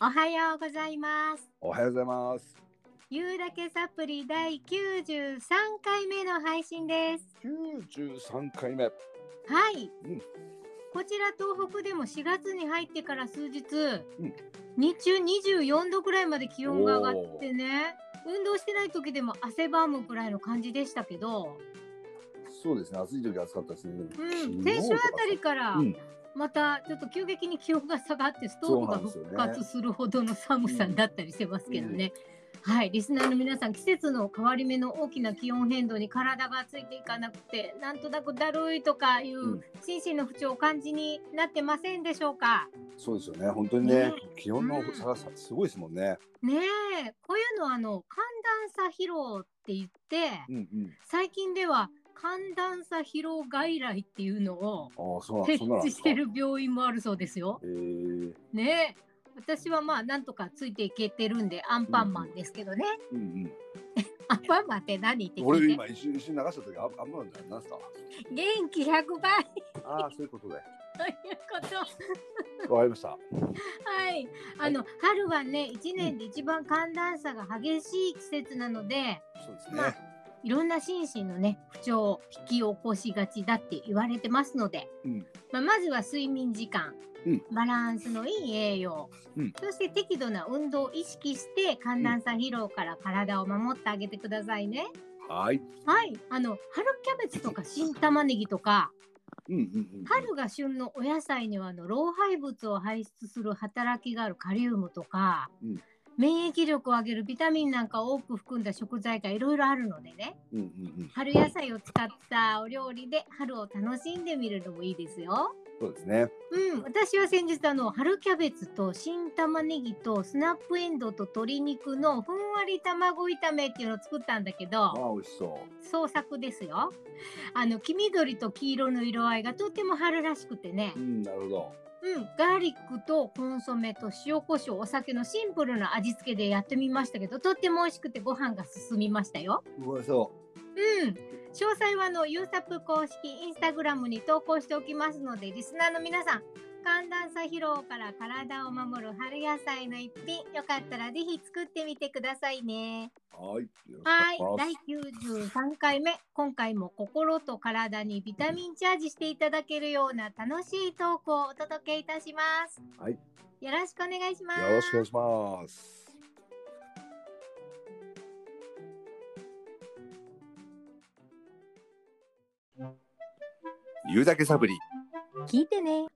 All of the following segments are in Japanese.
おはようございます。 おはようございます。 ゆうだけサプリ第93回目の配信です。 93回目。 はい、こちら東北でも4月に入ってから数日、日中24度くらいまで気温が上がってね、運動してない時でも汗ばむくらいの感じでしたけど、 そうですね、暑い時は暑かったですね。 先週あたりから、またちょっと急激に気温が下がってストーブが復活するほどの寒さだったりしてますけどね。はい、リスナーの皆さん、季節の変わり目の大きな気温変動に体がついていかなくて、なんとなくだるいとかいう心身の不調を感じになってませんでしょうか。 そうですよね、本当にね、気温の差がすごいですもんね。 ねえ、こういうのは寒暖差疲労って言って、最近では寒暖差疲労外来っていうのを設置してる病院もあるそうですよ。ねえ、私はまあなんとかついていけてるんでアンパンマンですけどね。アンパンマンって何って聞いて。 俺今一瞬流した時アンパンマンって何ですか？ 元気100倍。 ああ、そういうことで。 ということ。 わかりました。 はい、春はね、1年で一番寒暖差が激しい季節なので、 そうですね。 いろんな心身のね不調を引き起こしがちだって言われてますので、まずは睡眠時間、バランスのいい栄養、そして適度な運動を意識して寒暖差疲労から体を守ってあげてくださいね。はい。はい、春キャベツとか新玉ねぎとか、春が旬のお野菜には老廃物を排出する働きがあるカリウムとか、免疫力を上げるビタミンなんかを多く含んだ食材がいろいろあるのでね、春野菜を使ったお料理で春を楽しんでみるのもいいですよ。 そうですね。 私は先日春キャベツと新玉ねぎとスナップエンドウと鶏肉のふんわり卵炒めっていうのを作ったんだけど、 美味しそう。 創作ですよ。黄緑と黄色の色合いがとっても春らしくてね。 なるほど。 ガーリックとコンソメと塩コショウ、お酒のシンプルな味付けでやってみましたけど、とっても美味しくてご飯が進みましたよ。 うまそう。 詳細はユーサップ公式インスタグラムに投稿しておきますので、リスナーの皆さん、寒暖差疲労から体を守る春野菜の一品、よかったらぜひ作ってみてくださいね。はい、第93回目、今回も心と体にビタミンチャージしていただけるような楽しいトークをお届けいたします。よろしくお願いします。 よろしくお願いします。言うだけサプリ聞いてね。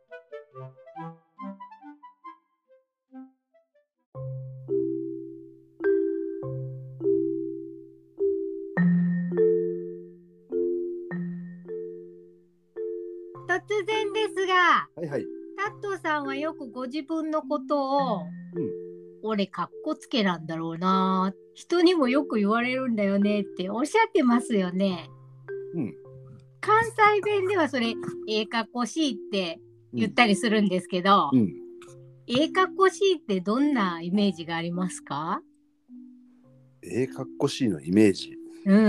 突然ですが、タットさんはよくご自分のことを、俺かっこつけなんだろうな、人にもよく言われるんだよねっておっしゃってますよね。関西弁ではそれかっこしいって言ったりするんですけど、かっこしいってどんなイメージがありますか？ かっこしいのイメージ。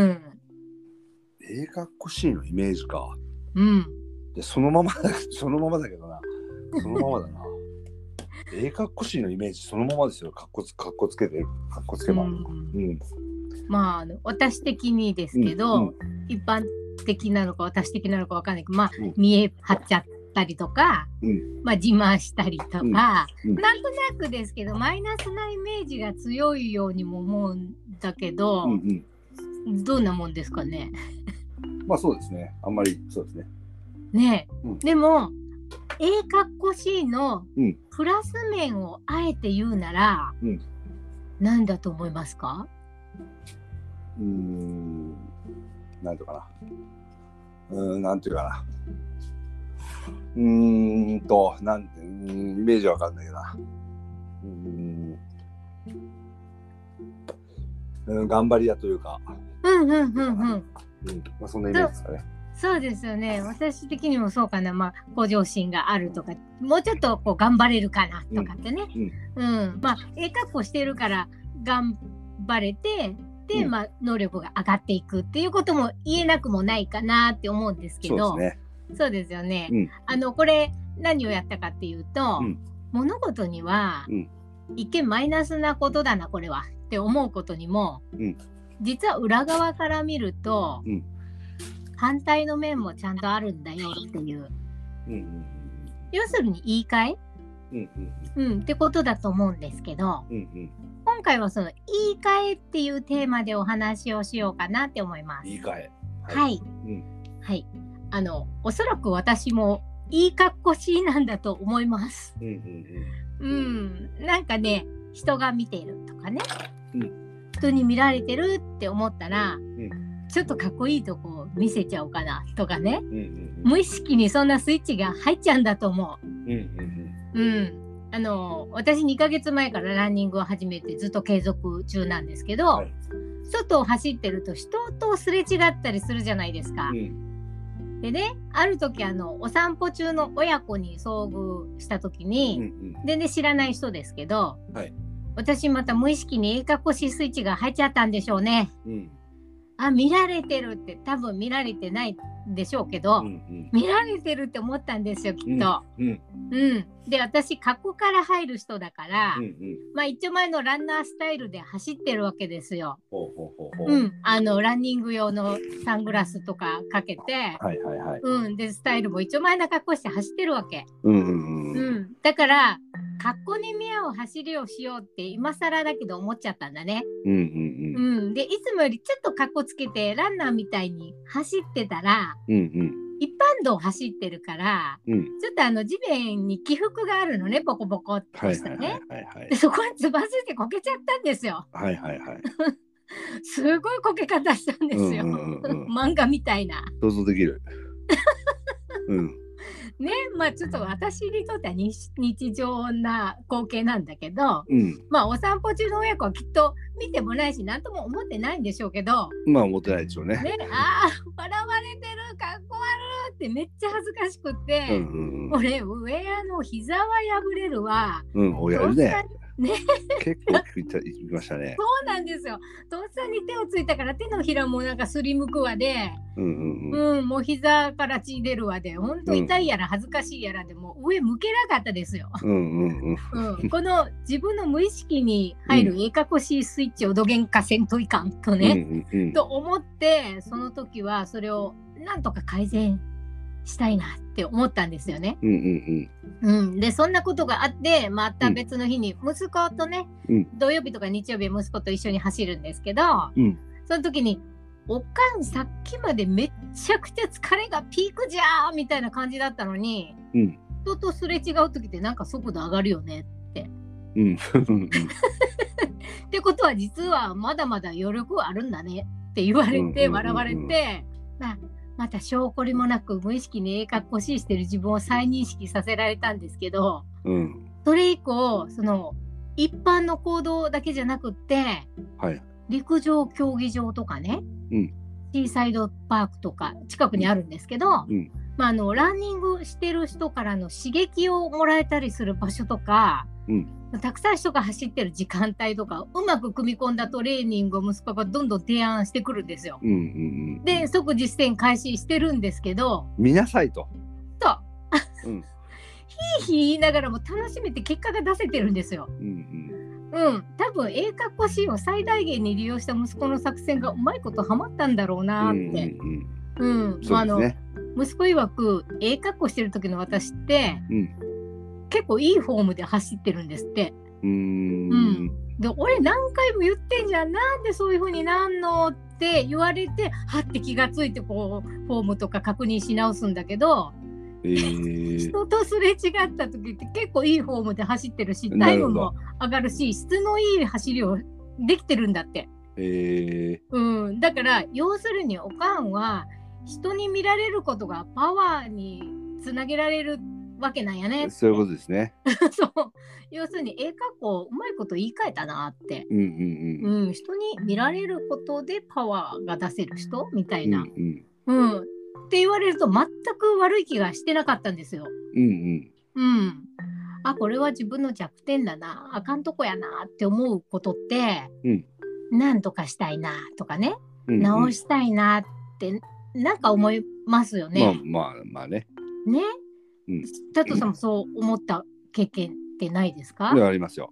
かっこしいのイメージか。そのままだけどな。そのままだな。かっこしいのイメージそのままですよ。かっこつけてる。かっこつけば。 まあ私的にですけど、一般的なのか私的なのかわかんないけど、見え張っちゃったりとか、自慢したりとか、なんとなくですけどマイナスなイメージが強いようにも思うんだけど、どんなもんですかね。 そうですね。あんまりそうですね。 でもかっこしいのプラス面をあえて言うなら、何だと思いますか？ なんていうかな。なんていうかな。イメージわかんないけどな。頑張り屋というか。そんなイメージですかね。 そうですよね。私的にもそうかな。向上心があるとか、もうちょっとこう頑張れるかなとかってね。かっこしてるから頑張れて、で、能力が上がっていくっていうことも言えなくもないかなって思うんですけど、そうですよね。これ何をやったかっていうと、物事には一見マイナスなことだなこれはって思うことにも、実は裏側から見ると、反対の面もちゃんとあるんだよっていう、要するに言い換え、ってことだと思うんですけど、今回はその言い換えっていうテーマでお話をしようかなって思います。 言い換え。 はい。はい。おそらく私もいいかっこしいなんだと思います。なんかね、人が見ているとかね、人に見られてるって思ったら、ちょっとかっこいいとこ見せちゃおうかなとかね、無意識にそんなスイッチが入っちゃうんだと思う。私2ヶ月前からランニングを始めてずっと継続中なんですけど、外を走ってると人とすれ違ったりするじゃないですか。でね、ある時お散歩中の親子に遭遇した時に、全然知らない人ですけど、私また無意識にええかっこしいスイッチが入っちゃったんでしょうね。見られてるって、多分見られてないでしょうけど、見られてるって思ったんですよ、きっと。で、私過去から入る人だから、一丁前のランナースタイルで走ってるわけですよ。ランニング用のサングラスとかかけて、でスタイルも一丁前な格好して走ってるわけ。だから格好に見合う走りをしようって今更だけど思っちゃったんだね。でいつもよりちょっと格好つけてランナーみたいに走ってたら、一般道を走ってるから、ちょっと地面に起伏があるのね、ボコボコっとしたね。でそこにつまずいてこけちゃったんですよ。すごいこけ方したんですよ。漫画みたいな。 想像できる。 ね、ちょっと私にとっては日常な光景なんだけど、お散歩中の親子はきっと見てもないし何とも思ってないんでしょうけど、 思ってないでしょうね。 笑われてる、かっこ悪ってめっちゃ恥ずかしくって、俺ウェアの膝は破れるわ。 親ね。結構言いましたね。 そうなんですよ。とっさに手をついたから手のひらもなんかすりむくわで、もう膝から血出るわで、本当痛いやら恥ずかしいやらでも上向けなかったですよ。この自分の無意識に入るええかっこしいスイッチをどげんかせんといかんとね、と思ってその時はそれをなんとか改善したいなって思ったんですよね。でそんなことがあってまた別の日に息子とね、土曜日とか日曜日息子と一緒に走るんですけど、その時におかんさっきまでめっちゃくちゃ疲れがピークじゃーみたいな感じだったのに、人とすれ違う時ってなんか速度上がるよねって。ってことは実はまだまだ余力はあるんだねって言われて笑われて、また証拠りもなく無意識にええかっこしいしてる自分を再認識させられたんですけど、それ以降その一般の行動だけじゃなくって、陸上競技場とかね、シーサイドパークとか近くにあるんですけど、ランニングしてる人からの刺激をもらえたりする場所とか、たくさん人が走ってる時間帯とかうまく組み込んだトレーニングを息子がどんどん提案してくるんですよ。で即実践開始してるんですけど、 見なさいと。 ひいひい言いながらも楽しめて結果が出せてるんですよ。多分ええかっこしいを最大限に利用した息子の作戦がうまいことハマったんだろうなって。息子曰くええかっこしてる時の私って、結構いいフォームで走ってるんですって。で俺何回も言ってんじゃん、なんでそういう風になんのって言われてはって気がついてこうフォームとか確認し直すんだけど、人とすれ違った時って結構いいフォームで走ってるしタイムも上がるし質のいい走りをできてるんだって。だから要するにおかんは人に見られることがパワーにつなげられるわけなんやね。 そういうことですね。 そう要するにええかっこうまいこと言い換えたなって、人に見られることでパワーが出せる人みたいな、って言われると全く悪い気がしてなかったんですよ。これは自分の弱点だな、あかんとこやなって思うことって、なんとかしたいなとかね、直したいなってなんか思いますよね。 まあね。 タトさんもそう思った経験ってないですか？ ありますよ。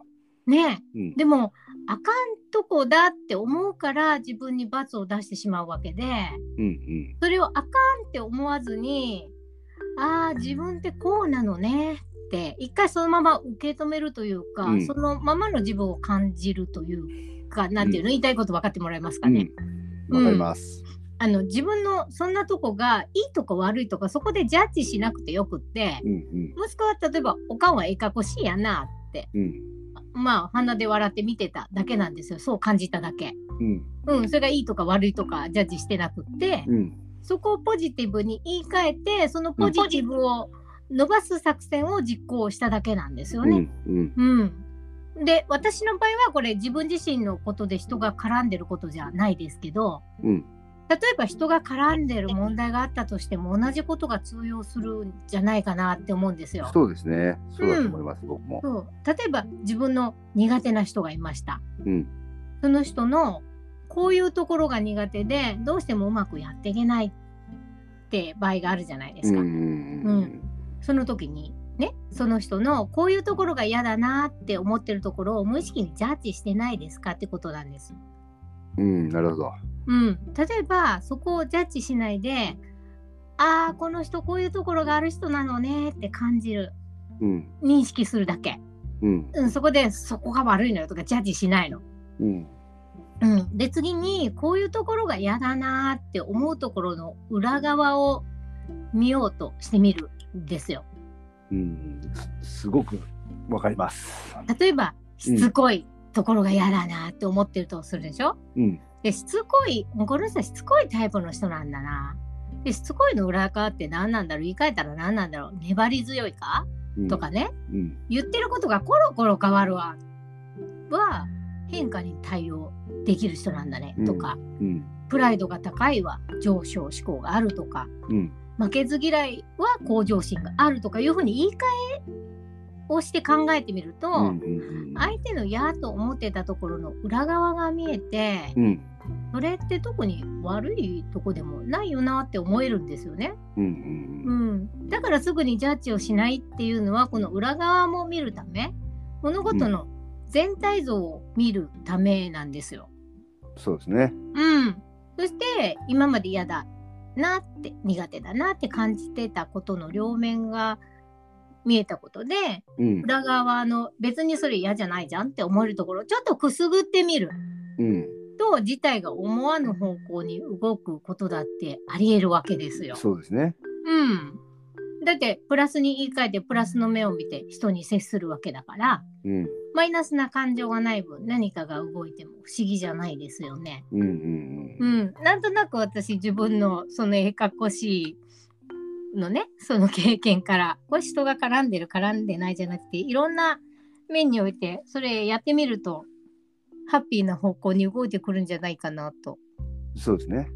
ね、でもあかんとこだって思うから自分に罰を出してしまうわけで、それをあかんって思わずに、自分ってこうなのねって一回そのまま受け止めるというか、そのままの自分を感じるというか、なんていうの、言いたいこと分かってもらえますかね。 わかります。 自分のそんなとこがいいとか悪いとかそこでジャッジしなくてよくって、息子は例えばおかんはええかっこしいやなって、鼻で笑って見てただけなんですよ。そう感じただけ。それがいいとか悪いとかジャッジしてなくって、そこをポジティブに言い換えて、そのポジティブを伸ばす作戦を実行しただけなんですよね。で、私の場合はこれ自分自身のことで人が絡んでることじゃないですけど、例えば人が絡んでる問題があったとしても同じことが通用するんじゃないかなって思うんですよ。 そうですね。そうだと思います、僕も。 例えば自分の苦手な人がいました。その人のこういうところが苦手でどうしてもうまくやっていけないって場合があるじゃないですか。その時にね、その人のこういうところが嫌だなって思ってるところを無意識にジャッジしてないですかってことなんです。 なるほど。 例えばそこをジャッジしないで、この人こういうところがある人なのねって感じる、認識するだけ、そこでそこが悪いのよとかジャッジしないの。で次にこういうところが嫌だなって思うところの裏側を見ようとしてみるんですよ。 すごくわかります。 例えばしつこいところが嫌だなって思ってるとするでしょ。でしつこい、この人はしつこいタイプの人なんだな。でしつこいの裏側って何なんだろう、言い換えたら何なんだろう、粘り強いか、とかね、言ってることがコロコロ変わるわは変化に対応できる人なんだね、とか、プライドが高いは上昇志向があるとか、負けず嫌いは向上心があるとかいうふうに言い換えをして考えてみると、相手の嫌と思ってたところの裏側が見えて、それって特に悪いとこでもないよなって思えるんですよね。だからすぐにジャッジをしないっていうのはこの裏側も見るため、物事の全体像を見るためなんですよ。 そうですね。 そして今まで嫌だなって苦手だなって感じてたことの両面が見えたことで、裏側の別にそれ嫌じゃないじゃんって思えるところをちょっとくすぐってみる、と事態が思わぬ方向に動くことだってありえるわけですよ。 そうですね。 だってプラスに言い換えてプラスの目を見て人に接するわけだから、マイナスな感情がない分何かが動いても不思議じゃないですよね。なんとなく私自分のそのかっこしいのね、その経験からこれ人が絡んでる絡んでないじゃなくていろんな面においてそれやってみるとハッピーな方向に動いてくるんじゃないかなと。 そうですね。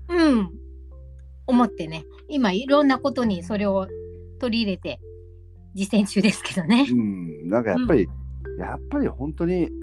思ってね、今いろんなことにそれを取り入れて実践中ですけどね。 なんかやっぱり本当に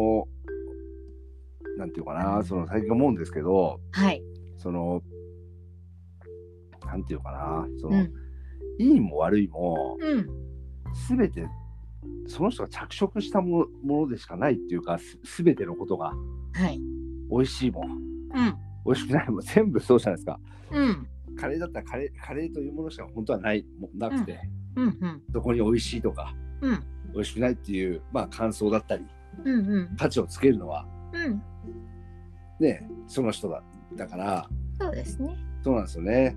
なんていうかな、その最近思うんですけど、そのなんていうかな、その、いいも悪いも、全てその人が着色したものでしかないっていうか、全てのことが、美味しいも、美味しくないも全部そうじゃないですか。カレーだったらカレーというものしか本当はなくて、そこに美味しいとか、美味しくないっていう、感想だったり、価値をつけるのは、ね、その人だから。 そうですね。 そうなんですよね。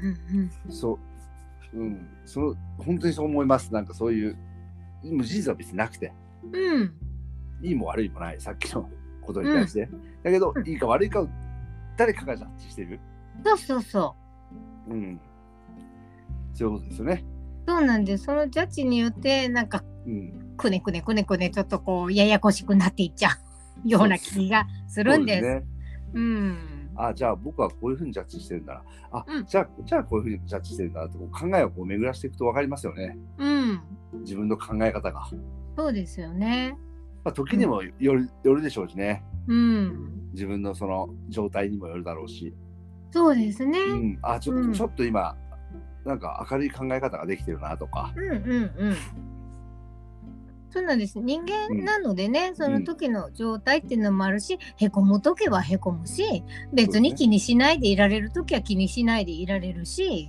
本当にそう思います。なんかそういう事実は別になくて、いいも悪いもない、さっきのことに対して、だけど、いいか悪いかを誰かがジャッジしてる。 そういうことですよね。 そうなんです。そのジャッジによってなんか、くねくねちょっとこうややこしくなっていっちゃうような気がするんです。 じゃあ僕はこういうふうにジャッジしてるんだな。じゃあこういうふうにジャッジしてるんだなって考えをこう巡らしていくと分かりますよね。自分の考え方が。そうですよね。時にもよるでしょうしね。自分のその状態にもよるだろうし。そうですね。ちょっと今なんか明るい考え方ができてるなとか。 そうなんです。人間なのでね、その時の状態っていうのもあるし、へこむ時はへこむし、別に気にしないでいられる時は気にしないでいられるし、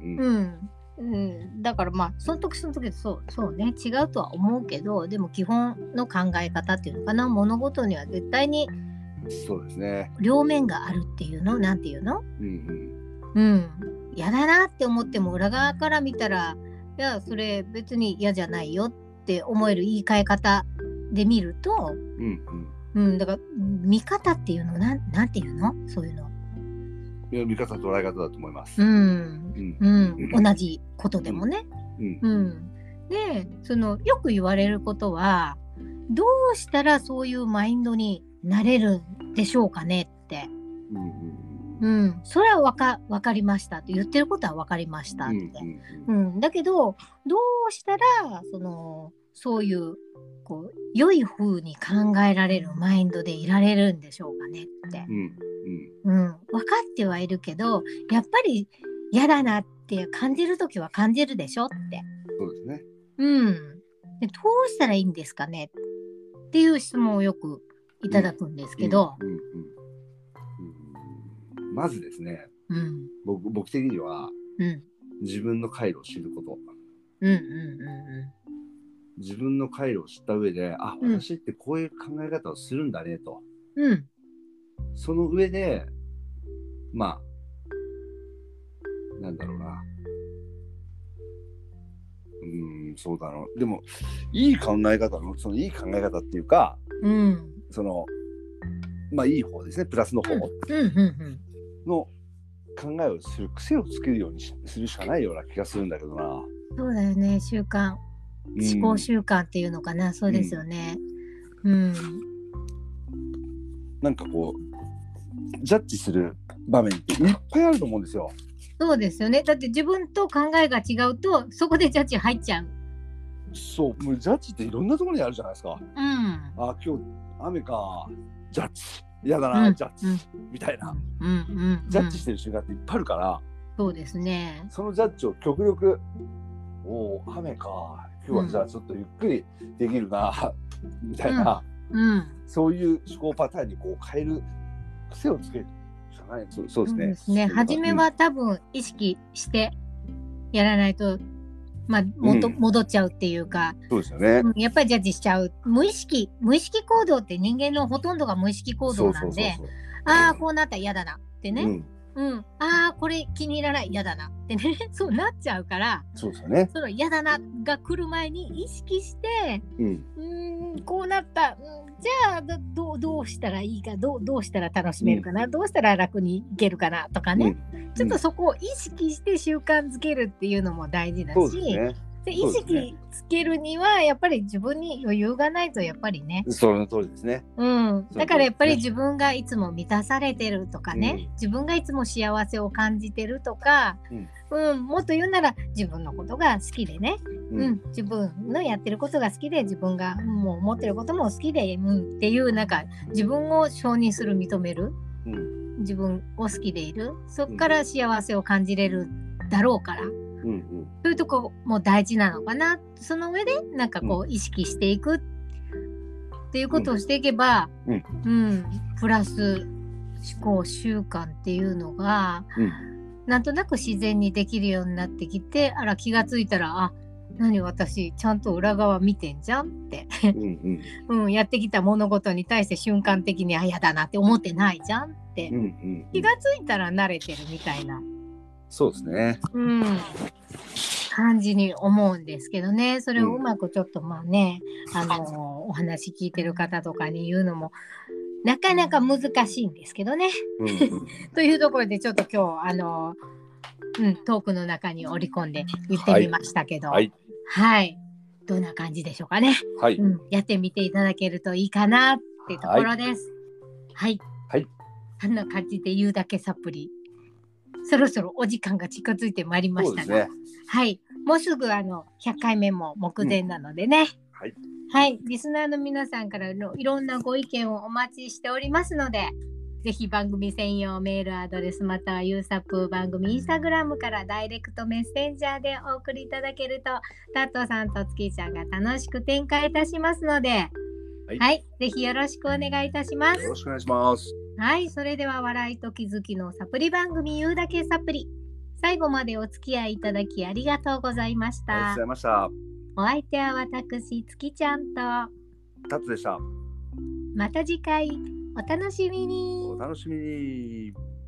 だからまあその時そうね、違うとは思うけど、でも基本の考え方っていうのかな、物事には絶対にそうですね、 両面があるっていうの、なんていうの、嫌だなって思っても裏側から見たら、いやそれ別に嫌じゃないよって思える言い換え方で見ると、だから見方っていうのなんていうの、そういうの。 いや、見方捉え方だと思います。 同じことでもね。で、よく言われることは、どうしたらそういうマインドになれるんでしょうかねって。それは分かりましたって言ってることは分かりましたって。だけどどうしたらそういう良い風に考えられるマインドでいられるんでしょうかねって。分かってはいるけど、やっぱり嫌だなって感じるときは感じるでしょって。 そうですね。 でどうしたらいいんですかねっていう質問をよくいただくんですけど、 まずですね、僕的には、自分の回路を知ること。自分の回路を知った上で、私ってこういう考え方をするんだねと。その上で、まあ、なんだろうな。そうだろう。でも、いい考え方の、いい考え方っていうか、まあいい方ですね、プラスの方の考えをする癖をつけるようにするしかないような気がするんだけどな。 そうだよね、習慣、思考習慣っていうのかな、そうですよね。 なんかジャッジする場面っていっぱいあると思うんですよ。 そうですよね。だって自分と考えが違うとそこでジャッジ入っちゃう。 そう、もうジャッジっていろんなところにあるじゃないですか。今日雨か、ジャッジ嫌だな、ジャッジみたいな、ジャッジしてる瞬間っていっぱいあるから。 そうですね。 そのジャッジを極力、雨か、今日はじゃあちょっとゆっくりできるなみたいな、そういう思考パターンに変える癖をつけるしかない。そうですね。 初めは多分意識してやらないと、戻っちゃうっていうか、 そうですよね。 やっぱりジャッジしちゃう。無意識行動って人間のほとんどが無意識行動なんで、こうなったら嫌だなってね。これ気に入らない、嫌だなってねそうなっちゃうから、 そうですよね。 その嫌だなが来る前に意識して、こうなった、じゃあどうしたらいいか、どうしたら楽しめるかな、どうしたら楽にいけるかなとかね、ちょっとそこを意識して習慣づけるっていうのも大事だし、で意識つけるにはやっぱり自分に余裕がないとやっぱりね。 その通りですね。 だからやっぱり自分がいつも満たされてるとかね、自分がいつも幸せを感じてるとか、もっと言うなら自分のことが好きでね、自分のやってることが好きで、自分がもう思ってることも好きで、っていうなんか自分を承認する、認める、自分を好きでいる、そこから幸せを感じれるだろうから。そういうとこも大事なのかな。その上でなんか意識していくっていうことをしていけば、プラス思考習慣っていうのが、なんとなく自然にできるようになってきて、気がついたら、何私ちゃんと裏側見てんじゃんってやってきた物事に対して瞬間的に嫌だなって思ってないじゃんって、気がついたら慣れてるみたいな。 そうですね。 感じに思うんですけどね。それをうまくちょっとお話聞いてる方とかに言うのもなかなか難しいんですけどね。というところでちょっと今日トークの中に織り込んで言ってみましたけど、どんな感じでしょうかね。やってみていただけるといいかなっていうところです。そんな感じで言うだけサプリ。そろそろお時間が近づいてまいりましたが、もうすぐ100回目も目前なのでね、リスナーの皆さんからのいろんなご意見をお待ちしておりますので、 ぜひ番組専用メールアドレスまたはユーサップ番組インスタグラムからダイレクトメッセンジャーでお送りいただけるとタットさんと月ちゃんが楽しく展開いたしますので、はい、ぜひよろしくお願いいたします。 よろしくお願いします。 はい、それでは笑いと気づきのサプリ番組言うだけサプリ、最後までお付き合いいただきありがとうございました。 ありがとうございました。 お相手は私月ちゃんとタツでした。 また次回お楽しみに。 お楽しみに。